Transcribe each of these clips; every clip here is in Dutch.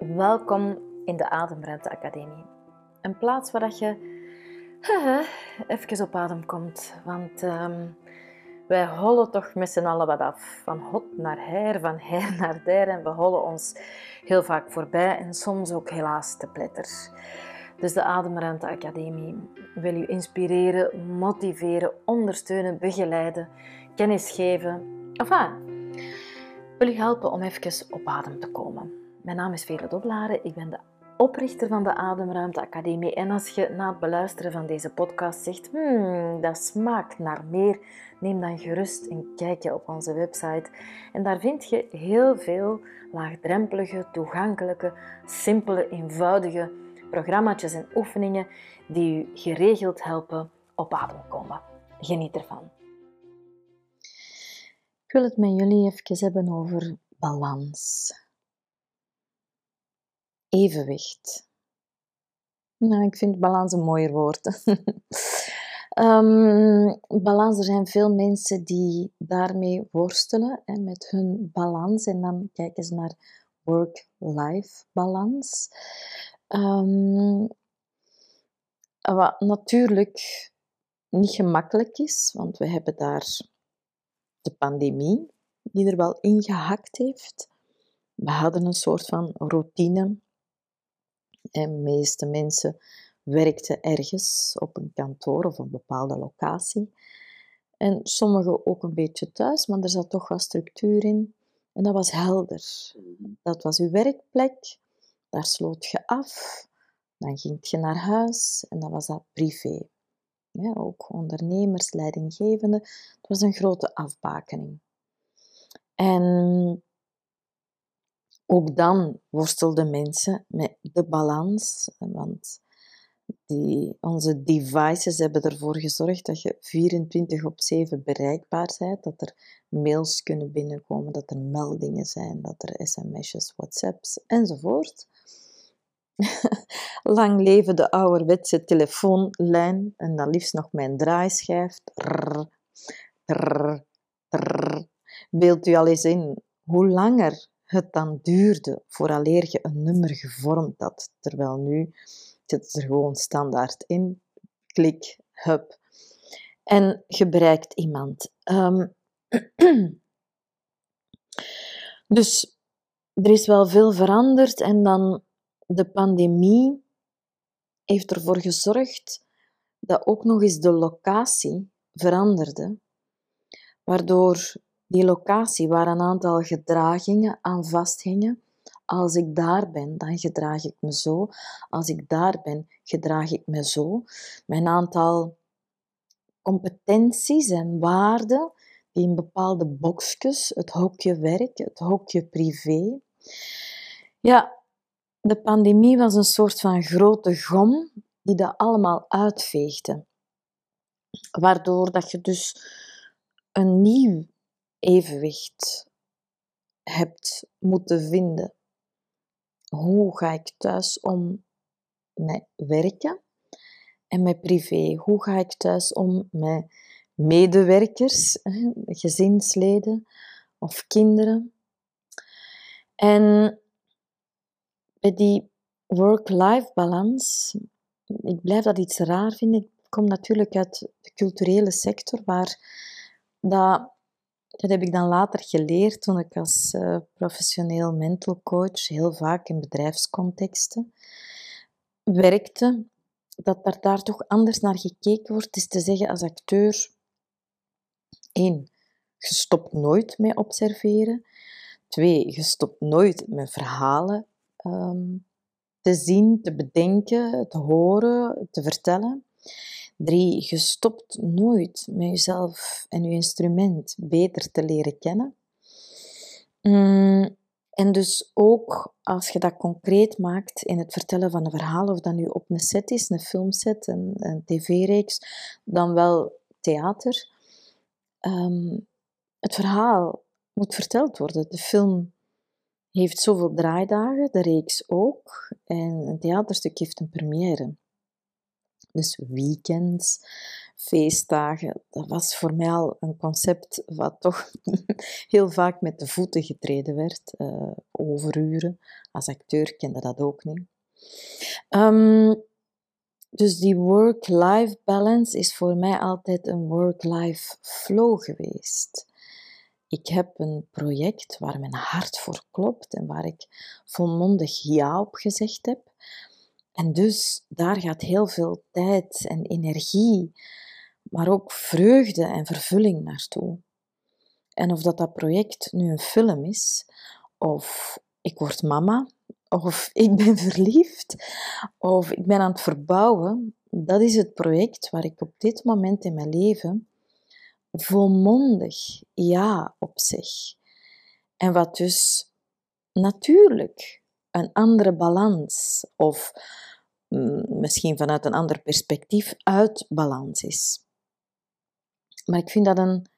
Welkom in de Ademruimte Academie. Een plaats waar dat je even op adem komt. Want wij hollen toch met z'n allen wat af. Van hot naar her, van her naar der. En we hollen ons heel vaak voorbij en soms ook helaas te pletter. Dus de Ademruimte Academie wil u inspireren, motiveren, ondersteunen, begeleiden, kennis geven. Wil u helpen om even op adem te komen. Mijn naam is Veerle Doblare, ik ben de oprichter van de Ademruimte Academie. En als je na het beluisteren van deze podcast zegt, dat smaakt naar meer, neem dan gerust een kijkje op onze website. En daar vind je heel veel laagdrempelige, toegankelijke, simpele, eenvoudige programma's en oefeningen die u geregeld helpen op adem komen. Geniet ervan. Ik wil het met jullie even hebben over balans. Evenwicht. Nou, ik vind balans een mooier woord. Balans, er zijn veel mensen die daarmee worstelen, met hun balans. En dan kijken ze naar work-life balans. Wat natuurlijk niet gemakkelijk is, want we hebben daar de pandemie die er wel ingehakt heeft. We hadden een soort van routine. En de meeste mensen werkten ergens op een kantoor of een bepaalde locatie. En sommigen ook een beetje thuis, maar er zat toch wat structuur in. En dat was helder. Dat was uw werkplek, daar sloot je af, dan ging je naar huis en dan was dat privé. Ja, ook ondernemers, leidinggevenden, het was een grote afbakening. En ook dan worstelden mensen met de balans, want onze devices hebben ervoor gezorgd dat je 24/7 bereikbaar bent, dat er mails kunnen binnenkomen, dat er meldingen zijn, dat er sms'jes, whatsapps enzovoort. Lang leven de ouderwetse telefoonlijn en dan liefst nog mijn draaischijf. Beeld u al eens in hoe langer het dan duurde vooraleer je een nummer gevormd had, terwijl nu zit het er gewoon standaard in. Klik, hup. En je bereikt iemand. Dus er is wel veel veranderd en dan de pandemie heeft ervoor gezorgd dat ook nog eens de locatie veranderde, waardoor die locatie waar een aantal gedragingen aan vasthingen. Als ik daar ben, dan gedraag ik me zo. Als ik daar ben, gedraag ik me zo. Mijn aantal competenties en waarden die in bepaalde boxjes, het hokje werk, het hokje privé. Ja, de pandemie was een soort van grote gom die dat allemaal uitveegde. Waardoor dat je dus een nieuw evenwicht hebt moeten vinden. Hoe ga ik thuis om met werken en met privé? Hoe ga ik thuis om met medewerkers, gezinsleden of kinderen? En bij die work-life balans, ik blijf dat iets raar vinden. Ik kom natuurlijk uit de culturele sector, waar dat heb ik dan later geleerd toen ik als professioneel mental coach heel vaak in bedrijfscontexten werkte, dat daar toch anders naar gekeken wordt. Is te zeggen, als acteur, 1, je stopt nooit met observeren. 2, je stopt nooit met verhalen te zien, te bedenken, te horen, te vertellen. 3, je stopt nooit met jezelf en je instrument beter te leren kennen. En dus ook als je dat concreet maakt in het vertellen van een verhaal, of dat nu op een set is, een filmset, een tv-reeks, dan wel theater. Het verhaal moet verteld worden. De film heeft zoveel draaidagen, de reeks ook. En een theaterstuk heeft een première. Dus weekends, feestdagen, dat was voor mij al een concept wat toch heel vaak met de voeten getreden werd. Overuren. Als acteur kende dat ook niet. Dus die work-life balance is voor mij altijd een work-life flow geweest. Ik heb een project waar mijn hart voor klopt en waar ik volmondig ja op gezegd heb. En dus daar gaat heel veel tijd en energie, maar ook vreugde en vervulling naartoe. En of dat project nu een film is, of ik word mama, of ik ben verliefd, of ik ben aan het verbouwen, dat is het project waar ik op dit moment in mijn leven volmondig ja op zeg. En wat dus natuurlijk een andere balans, of misschien vanuit een ander perspectief uit balans is. Maar ik vind dat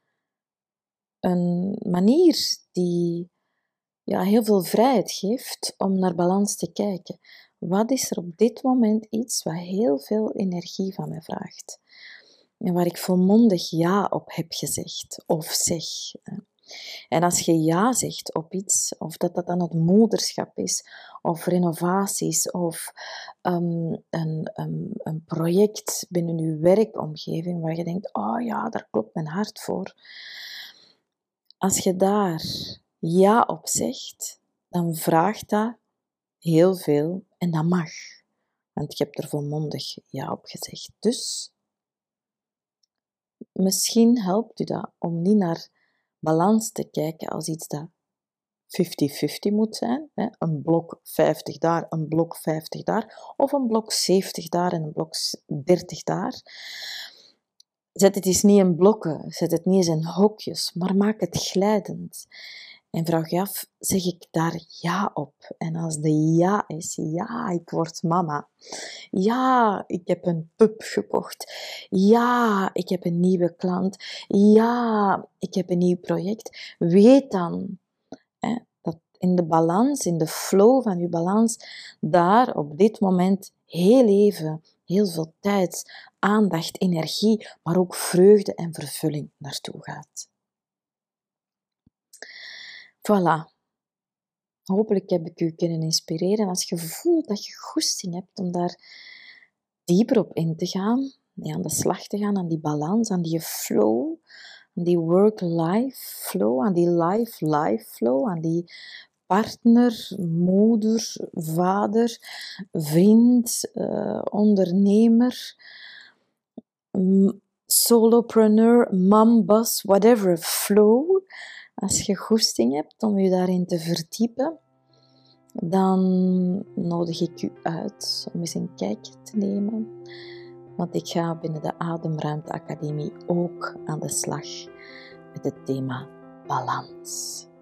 een manier die heel veel vrijheid geeft om naar balans te kijken. Wat is er op dit moment iets wat heel veel energie van mij vraagt? En waar ik volmondig ja op heb gezegd of zeg. En als je ja zegt op iets, of dat dan het moederschap is, of renovaties, of een project binnen je werkomgeving waar je denkt, oh ja, daar klopt mijn hart voor. Als je daar ja op zegt, dan vraagt dat heel veel en dat mag. Want je hebt er volmondig ja op gezegd. Dus misschien helpt u dat om niet naar balans te kijken als iets dat 50-50 moet zijn. Een blok 50 daar, een blok 50 daar. Of een blok 70 daar en een blok 30 daar. Zet het eens niet in blokken, zet het niet eens in hokjes, maar maak het glijdend. En vraag je af, zeg ik daar ja op? En als de ja is, ja, ik word mama. Ja, ik heb een pup gekocht. Ja, ik heb een nieuwe klant. Ja, ik heb een nieuw project. Weet dan dat in de balans, in de flow van je balans, daar op dit moment heel even, heel veel tijd, aandacht, energie, maar ook vreugde en vervulling naartoe gaat. Voilà. Hopelijk heb ik u kunnen inspireren. Als je voelt dat je goesting hebt om daar dieper op in te gaan, aan de slag te gaan, aan die balans, aan die flow, aan die work-life flow, aan die life-life flow, aan die partner, moeder, vader, vriend, ondernemer, solopreneur, mom, boss, whatever flow. Als je goesting hebt om je daarin te verdiepen, dan nodig ik u uit om eens een kijkje te nemen. Want ik ga binnen de Ademruimte Academie ook aan de slag met het thema balans.